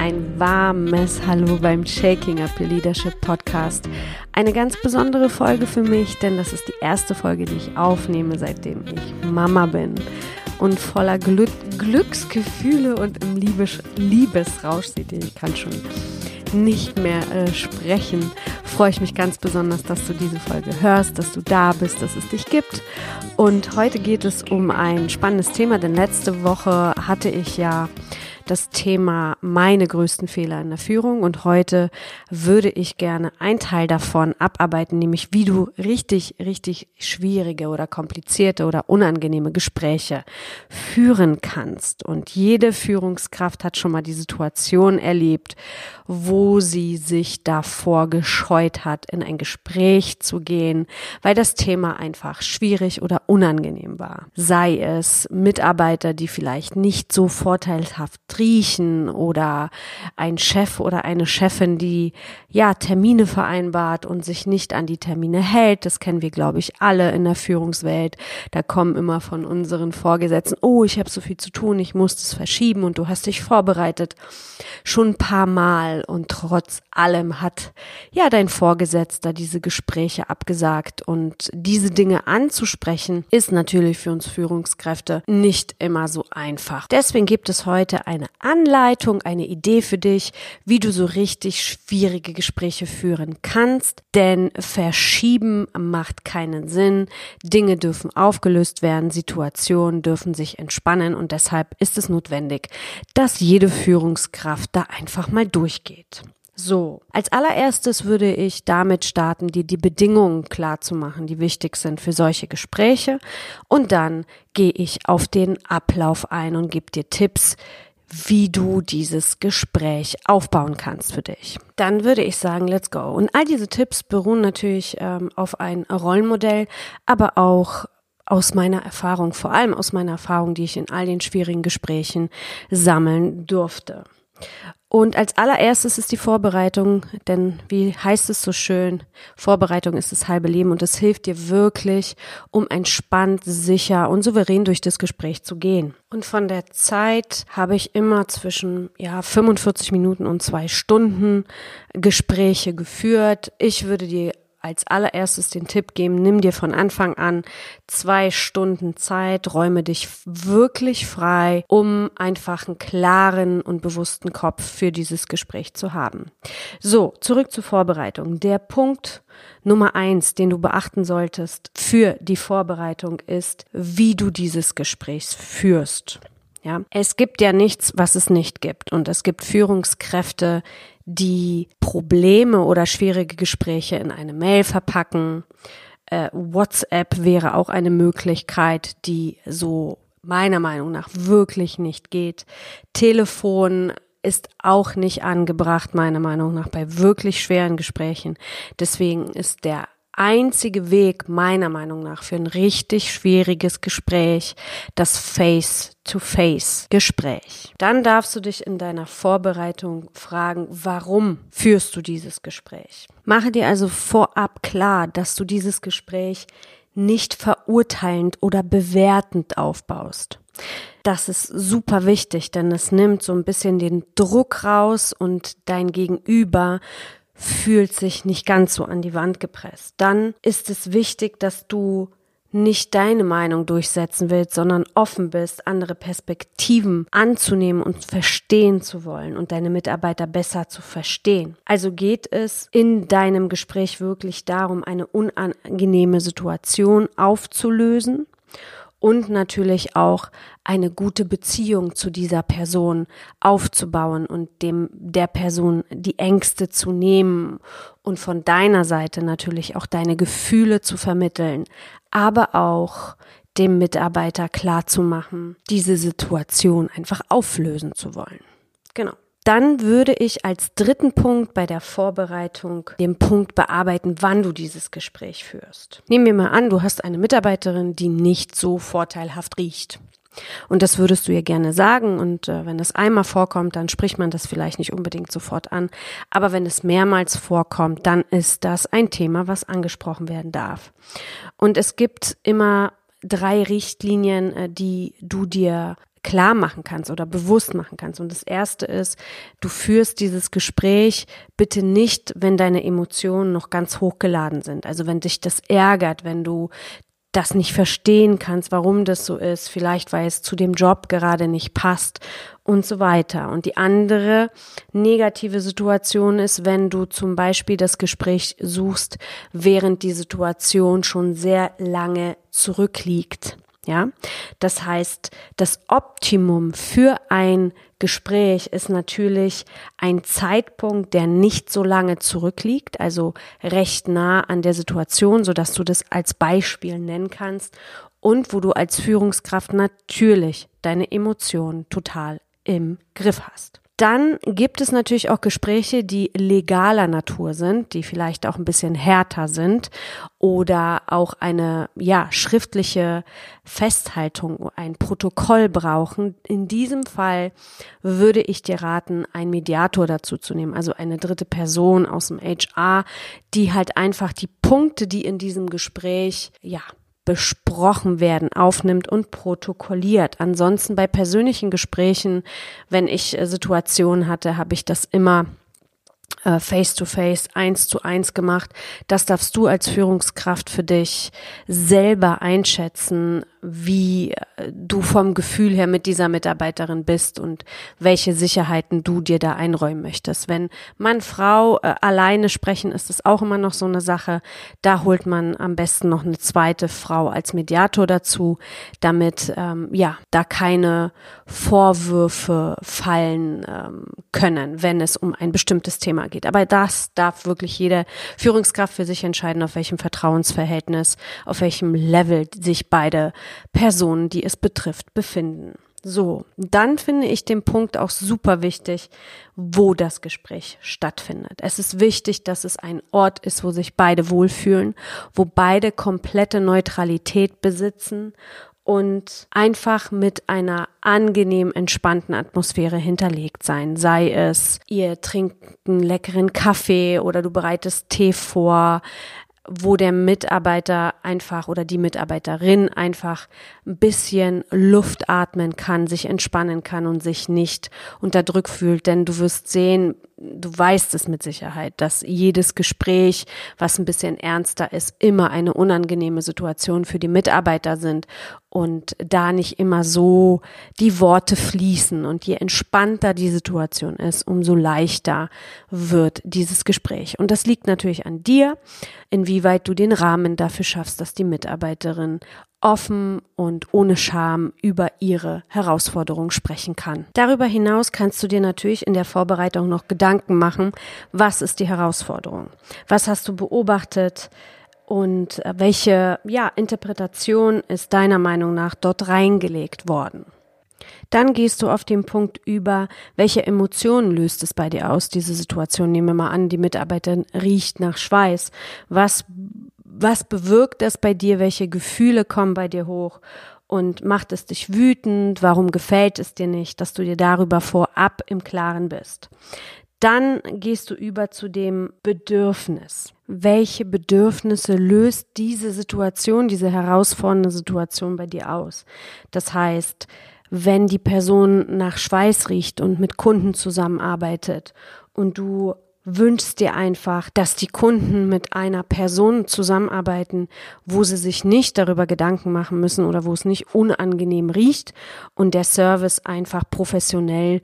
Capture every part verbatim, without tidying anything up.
ein warmes Hallo beim Shaking Up Your Leadership Podcast. Eine ganz besondere Folge für mich, denn das ist die erste Folge, die ich aufnehme, seitdem ich Mama bin. Und voller Glück, Glücksgefühle und im Liebes, Liebesrausch, seht ihr, ich kann schon nicht mehr äh, sprechen, freue ich mich ganz besonders, dass du diese Folge hörst, dass du da bist, dass es dich gibt. Und heute geht es um ein spannendes Thema, denn letzte Woche hatte ich ja das Thema meine größten Fehler in der Führung und heute würde ich gerne einen Teil davon abarbeiten, nämlich wie du richtig, richtig schwierige oder komplizierte oder unangenehme Gespräche führen kannst. Und jede Führungskraft hat schon mal die Situation erlebt, wo sie sich davor gescheut hat, in ein Gespräch zu gehen, weil das Thema einfach schwierig oder unangenehm war. Sei es Mitarbeiter, die vielleicht nicht so vorteilhaft riechen oder ein Chef oder eine Chefin, die ja Termine vereinbart und sich nicht an die Termine hält. Das kennen wir, glaube ich, alle in der Führungswelt. Da kommen immer von unseren Vorgesetzten, oh, ich habe so viel zu tun, ich muss das verschieben und du hast dich vorbereitet. Schon ein paar Mal und trotz allem hat ja dein Vorgesetzter diese Gespräche abgesagt und diese Dinge anzusprechen ist natürlich für uns Führungskräfte nicht immer so einfach. Deswegen gibt es heute eine Anleitung, eine Idee für dich, wie du so richtig schwierige Gespräche führen kannst, denn verschieben macht keinen Sinn. Dinge dürfen aufgelöst werden, Situationen dürfen sich entspannen und deshalb ist es notwendig, dass jede Führungskraft da einfach mal durchgeht. So, als allererstes würde ich damit starten, dir die Bedingungen klar zu machen, die wichtig sind für solche Gespräche und dann gehe ich auf den Ablauf ein und gebe dir Tipps, wie du dieses Gespräch aufbauen kannst für dich. Dann würde ich sagen, let's go. Und all diese Tipps beruhen natürlich ähm, auf ein Rollenmodell, aber auch aus meiner Erfahrung, vor allem aus meiner Erfahrung, die ich in all den schwierigen Gesprächen sammeln durfte. Und als allererstes ist die Vorbereitung, denn wie heißt es so schön, Vorbereitung ist das halbe Leben und es hilft dir wirklich, um entspannt, sicher und souverän durch das Gespräch zu gehen. Und von der Zeit habe ich immer zwischen ja fünfundvierzig Minuten und zwei Stunden Gespräche geführt. Ich würde dir als allererstes den Tipp geben, nimm dir von Anfang an zwei Stunden Zeit, räume dich wirklich frei, um einfach einen klaren und bewussten Kopf für dieses Gespräch zu haben. So, zurück zur Vorbereitung. Der Punkt Nummer eins, den du beachten solltest für die Vorbereitung ist, wie du dieses Gespräch führst. Ja, es gibt ja nichts, was es nicht gibt und es gibt Führungskräfte, die Probleme oder schwierige Gespräche in eine Mail verpacken. Äh, WhatsApp wäre auch eine Möglichkeit, die so meiner Meinung nach wirklich nicht geht. Telefon ist auch nicht angebracht, meiner Meinung nach, bei wirklich schweren Gesprächen. Deswegen ist der einzige Weg meiner Meinung nach für ein richtig schwieriges Gespräch das Face-to-Face-Gespräch. Dann darfst du dich in deiner Vorbereitung fragen, warum führst du dieses Gespräch? Mache dir also vorab klar, dass du dieses Gespräch nicht verurteilend oder bewertend aufbaust. Das ist super wichtig, denn es nimmt so ein bisschen den Druck raus und dein Gegenüber fühlt sich nicht ganz so an die Wand gepresst. Dann ist es wichtig, dass du nicht deine Meinung durchsetzen willst, sondern offen bist, andere Perspektiven anzunehmen und verstehen zu wollen und deine Mitarbeiter besser zu verstehen. Also geht es in deinem Gespräch wirklich darum, eine unangenehme Situation aufzulösen und natürlich auch eine gute Beziehung zu dieser Person aufzubauen und dem der Person die Ängste zu nehmen und von deiner Seite natürlich auch deine Gefühle zu vermitteln, aber auch dem Mitarbeiter klarzumachen, diese Situation einfach auflösen zu wollen. Genau. Dann würde ich als dritten Punkt bei der Vorbereitung den Punkt bearbeiten, wann du dieses Gespräch führst. Nehmen wir mal an, du hast eine Mitarbeiterin, die nicht so vorteilhaft riecht. Und das würdest du ihr gerne sagen und äh, wenn das einmal vorkommt, dann spricht man das vielleicht nicht unbedingt sofort an. Aber wenn es mehrmals vorkommt, dann ist das ein Thema, was angesprochen werden darf. Und es gibt immer drei Richtlinien, äh, die du dir klar machen kannst oder bewusst machen kannst. Und das erste ist, du führst dieses Gespräch bitte nicht, wenn deine Emotionen noch ganz hochgeladen sind. Also wenn dich das ärgert, wenn du das nicht verstehen kannst, warum das so ist, vielleicht weil es zu dem Job gerade nicht passt und so weiter. Und die andere negative Situation ist, wenn du zum Beispiel das Gespräch suchst, während die Situation schon sehr lange zurückliegt. Ja, das heißt, das Optimum für ein Gespräch ist natürlich ein Zeitpunkt, der nicht so lange zurückliegt, also recht nah an der Situation, sodass du das als Beispiel nennen kannst und wo du als Führungskraft natürlich deine Emotionen total im Griff hast. Dann gibt es natürlich auch Gespräche, die legaler Natur sind, die vielleicht auch ein bisschen härter sind oder auch eine, ja, schriftliche Festhaltung, ein Protokoll brauchen. In diesem Fall würde ich dir raten, einen Mediator dazu zu nehmen, also eine dritte Person aus dem H R, die halt einfach die Punkte, die in diesem Gespräch, ja, besprochen werden, aufnimmt und protokolliert. Ansonsten bei persönlichen Gesprächen, wenn ich Situationen hatte, habe ich das immer äh, face-to-face, eins zu eins gemacht. Das darfst du als Führungskraft für dich selber einschätzen, wie du vom Gefühl her mit dieser Mitarbeiterin bist und welche Sicherheiten du dir da einräumen möchtest. Wenn Mann, Frau äh, alleine sprechen, ist das auch immer noch so eine Sache. Da holt man am besten noch eine zweite Frau als Mediator dazu, damit ähm, ja da keine Vorwürfe fallen ähm, können, wenn es um ein bestimmtes Thema geht. Aber das darf wirklich jede Führungskraft für sich entscheiden, auf welchem Vertrauensverhältnis, auf welchem Level sich beide Personen, die es betrifft, befinden. So, dann finde ich den Punkt auch super wichtig, wo das Gespräch stattfindet. Es ist wichtig, dass es ein Ort ist, wo sich beide wohlfühlen, wo beide komplette Neutralität besitzen und einfach mit einer angenehm entspannten Atmosphäre hinterlegt sein. Sei es, ihr trinkt einen leckeren Kaffee oder du bereitest Tee vor, wo der Mitarbeiter einfach oder die Mitarbeiterin einfach ein bisschen Luft atmen kann, sich entspannen kann und sich nicht unter Druck fühlt. Denn du wirst sehen, du weißt es mit Sicherheit, dass jedes Gespräch, was ein bisschen ernster ist, immer eine unangenehme Situation für die Mitarbeiter sind und da nicht immer so die Worte fließen. Und je entspannter die Situation ist, umso leichter wird dieses Gespräch. Und das liegt natürlich an dir, inwieweit du den Rahmen dafür schaffst, dass die Mitarbeiterin offen und ohne Scham über ihre Herausforderung sprechen kann. Darüber hinaus kannst du dir natürlich in der Vorbereitung noch Gedanken machen, was ist die Herausforderung? Was hast du beobachtet? Und welche, ja, Interpretation ist deiner Meinung nach dort reingelegt worden? Dann gehst du auf den Punkt über, welche Emotionen löst es bei dir aus, diese Situation. Nehmen wir mal an, die Mitarbeiterin riecht nach Schweiß. Was, was bewirkt das bei dir? Welche Gefühle kommen bei dir hoch? Und macht es dich wütend? Warum gefällt es dir nicht? Dass du dir darüber vorab im Klaren bist. Dann gehst du über zu dem Bedürfnis. Welche Bedürfnisse löst diese Situation, diese herausfordernde Situation bei dir aus? Das heißt, wenn die Person nach Schweiß riecht und mit Kunden zusammenarbeitet und du wünschst dir einfach, dass die Kunden mit einer Person zusammenarbeiten, wo sie sich nicht darüber Gedanken machen müssen oder wo es nicht unangenehm riecht und der Service einfach professionell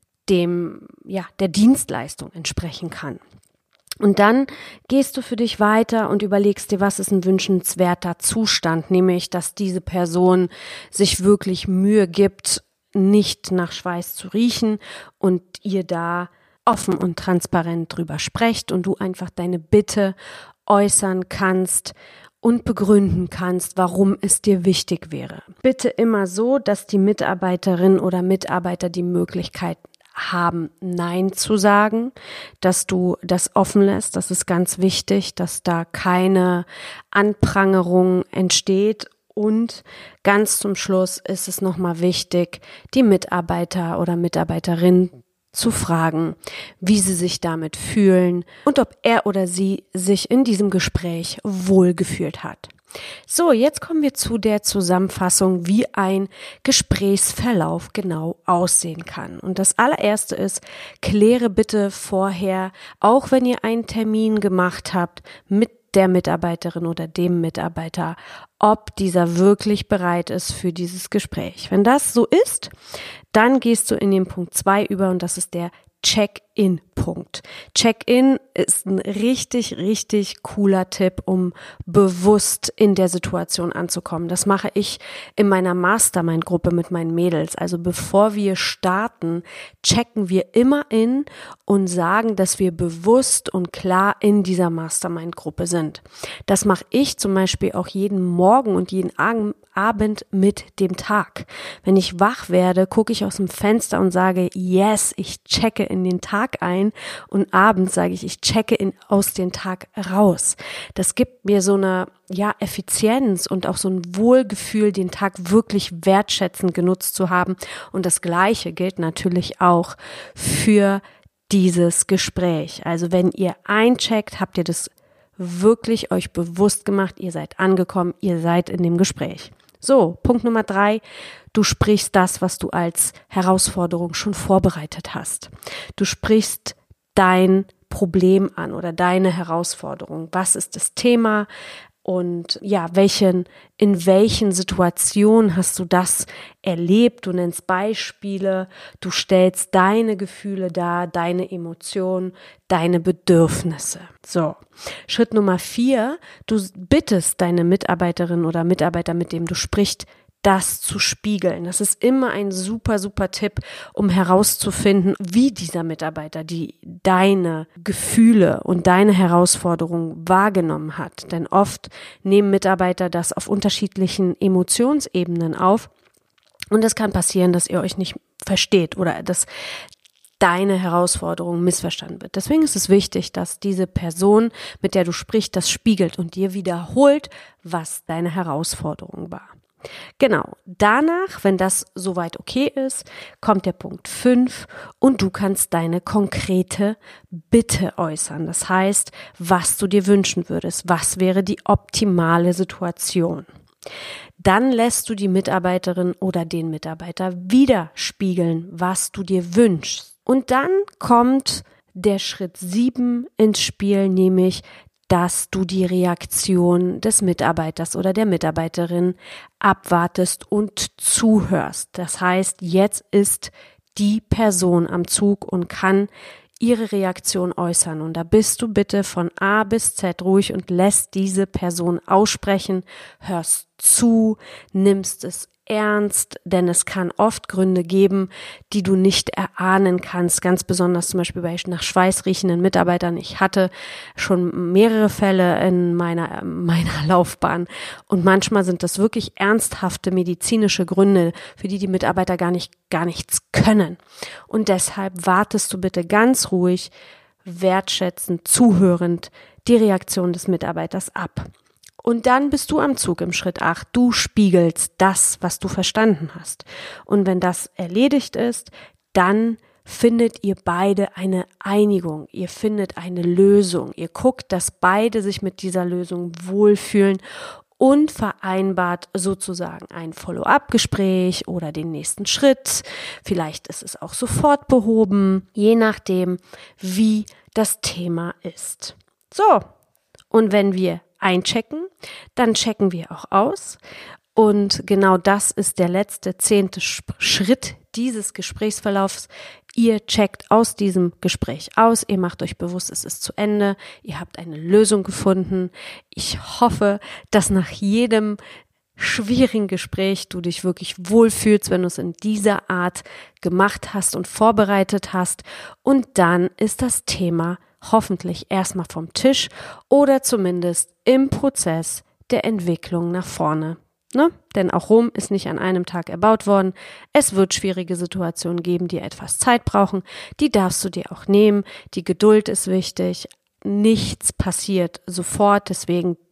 dem, ja, der Dienstleistung entsprechen kann. Und dann gehst du für dich weiter und überlegst dir, was ist ein wünschenswerter Zustand, nämlich, dass diese Person sich wirklich Mühe gibt, nicht nach Schweiß zu riechen und ihr da offen und transparent drüber sprecht und du einfach deine Bitte äußern kannst und begründen kannst, warum es dir wichtig wäre. Bitte immer so, dass die Mitarbeiterin oder Mitarbeiter die Möglichkeit haben, Nein zu sagen, dass du das offen lässt. Das ist ganz wichtig, dass da keine Anprangerung entsteht. Und ganz zum Schluss ist es nochmal wichtig, die Mitarbeiter oder Mitarbeiterin zu fragen, wie sie sich damit fühlen und ob er oder sie sich in diesem Gespräch wohlgefühlt hat. So, jetzt kommen wir zu der Zusammenfassung, wie ein Gesprächsverlauf genau aussehen kann. Und das allererste ist, kläre bitte vorher, auch wenn ihr einen Termin gemacht habt, mit der Mitarbeiterin oder dem Mitarbeiter, ob dieser wirklich bereit ist für dieses Gespräch. Wenn das so ist, dann gehst du in den Punkt zwei über und das ist der Check-in-Punkt. Check-in ist ein richtig, richtig cooler Tipp, um bewusst in der Situation anzukommen. Das mache ich in meiner Mastermind-Gruppe mit meinen Mädels. Also bevor wir starten, checken wir immer in und sagen, dass wir bewusst und klar in dieser Mastermind-Gruppe sind. Das mache ich zum Beispiel auch jeden Morgen und jeden Abend mit dem Tag. Wenn ich wach werde, gucke ich aus dem Fenster und sage, yes, ich checke in den Tag ein und abends sage ich, ich checke in, aus dem Tag raus. Das gibt mir so eine ja, Effizienz und auch so ein Wohlgefühl, den Tag wirklich wertschätzend genutzt zu haben. Und das Gleiche gilt natürlich auch für dieses Gespräch. Also wenn ihr eincheckt, habt ihr das wirklich euch bewusst gemacht, ihr seid angekommen, ihr seid in dem Gespräch. So, Punkt Nummer drei, du sprichst das, was du als Herausforderung schon vorbereitet hast. Du sprichst dein Problem an oder deine Herausforderung. Was ist das Thema? Und ja, welchen, in welchen Situationen hast du das erlebt? Du nennst Beispiele, du stellst deine Gefühle dar, deine Emotionen, deine Bedürfnisse. So, Schritt Nummer vier, du bittest deine Mitarbeiterin oder Mitarbeiter, mit dem du sprichst, das zu spiegeln. Das ist immer ein super, super Tipp, um herauszufinden, wie dieser Mitarbeiter die deine Gefühle und deine Herausforderungen wahrgenommen hat. Denn oft nehmen Mitarbeiter das auf unterschiedlichen Emotionsebenen auf und es kann passieren, dass ihr euch nicht versteht oder dass deine Herausforderung missverstanden wird. Deswegen ist es wichtig, dass diese Person, mit der du sprichst, das spiegelt und dir wiederholt, was deine Herausforderung war. Genau, danach, wenn das soweit okay ist, kommt der Punkt fünf und du kannst deine konkrete Bitte äußern. Das heißt, was du dir wünschen würdest, was wäre die optimale Situation. Dann lässt du die Mitarbeiterin oder den Mitarbeiter widerspiegeln, was du dir wünschst. Und dann kommt der Schritt sieben ins Spiel, nämlich dass du die Reaktion des Mitarbeiters oder der Mitarbeiterin abwartest und zuhörst. Das heißt, jetzt ist die Person am Zug und kann ihre Reaktion äußern. Und da bist du bitte von A bis Z ruhig und lässt diese Person aussprechen, hörst zu, nimmst es ernst, denn es kann oft Gründe geben, die du nicht erahnen kannst, ganz besonders zum Beispiel bei nach Schweiß riechenden Mitarbeitern. Ich hatte schon mehrere Fälle in meiner, meiner Laufbahn und manchmal sind das wirklich ernsthafte medizinische Gründe, für die die Mitarbeiter gar nicht, gar nichts können. Und deshalb wartest du bitte ganz ruhig, wertschätzend, zuhörend die Reaktion des Mitarbeiters ab. Und dann bist du am Zug im Schritt acht. Du spiegelst das, was du verstanden hast. Und wenn das erledigt ist, dann findet ihr beide eine Einigung. Ihr findet eine Lösung. Ihr guckt, dass beide sich mit dieser Lösung wohlfühlen und vereinbart sozusagen ein Follow-up-Gespräch oder den nächsten Schritt. Vielleicht ist es auch sofort behoben, je nachdem, wie das Thema ist. So, und wenn wir einchecken, dann checken wir auch aus und genau das ist der letzte, zehnte Schritt dieses Gesprächsverlaufs. Ihr checkt aus diesem Gespräch aus, ihr macht euch bewusst, es ist zu Ende, ihr habt eine Lösung gefunden. Ich hoffe, dass nach jedem schwierigen Gespräch du dich wirklich wohlfühlst, wenn du es in dieser Art gemacht hast und vorbereitet hast und dann ist das Thema hoffentlich erstmal vom Tisch oder zumindest im Prozess der Entwicklung nach vorne. Ne? Denn auch Rom ist nicht an einem Tag erbaut worden. Es wird schwierige Situationen geben, die etwas Zeit brauchen. Die darfst du dir auch nehmen. Die Geduld ist wichtig. Nichts passiert sofort. Deswegen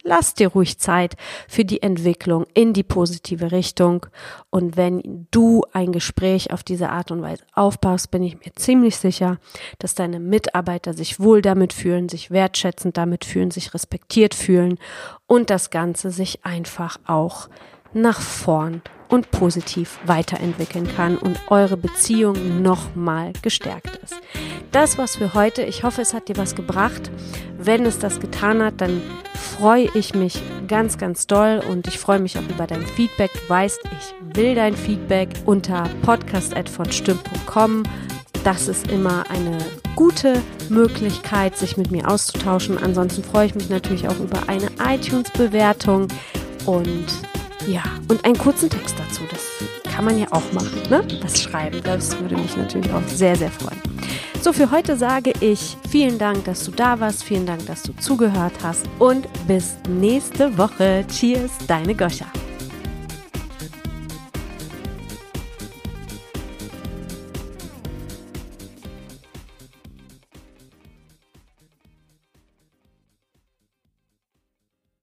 lass dir ruhig Zeit für die Entwicklung in die positive Richtung. Und wenn du ein Gespräch auf diese Art und Weise aufbaust, bin ich mir ziemlich sicher, dass deine Mitarbeiter sich wohl damit fühlen, sich wertschätzend damit fühlen, sich respektiert fühlen und das Ganze sich einfach auch nach vorn und positiv weiterentwickeln kann und eure Beziehung nochmal gestärkt ist. Das war's für heute. Ich hoffe, es hat dir was gebracht. Wenn es das getan hat, dann freue ich mich ganz, ganz doll und ich freue mich auch über dein Feedback. Du weißt, ich will dein Feedback unter podcast at von stimm punkt com. Das ist immer eine gute Möglichkeit, sich mit mir auszutauschen. Ansonsten freue ich mich natürlich auch über eine iTunes-Bewertung und ja, und einen kurzen Text dazu. Das kann man ja auch machen, ne? Das Schreiben, das würde mich natürlich auch sehr, sehr freuen. So, für heute sage ich vielen Dank, dass du da warst. Vielen Dank, dass du zugehört hast. Und bis nächste Woche. Cheers, deine Goscha.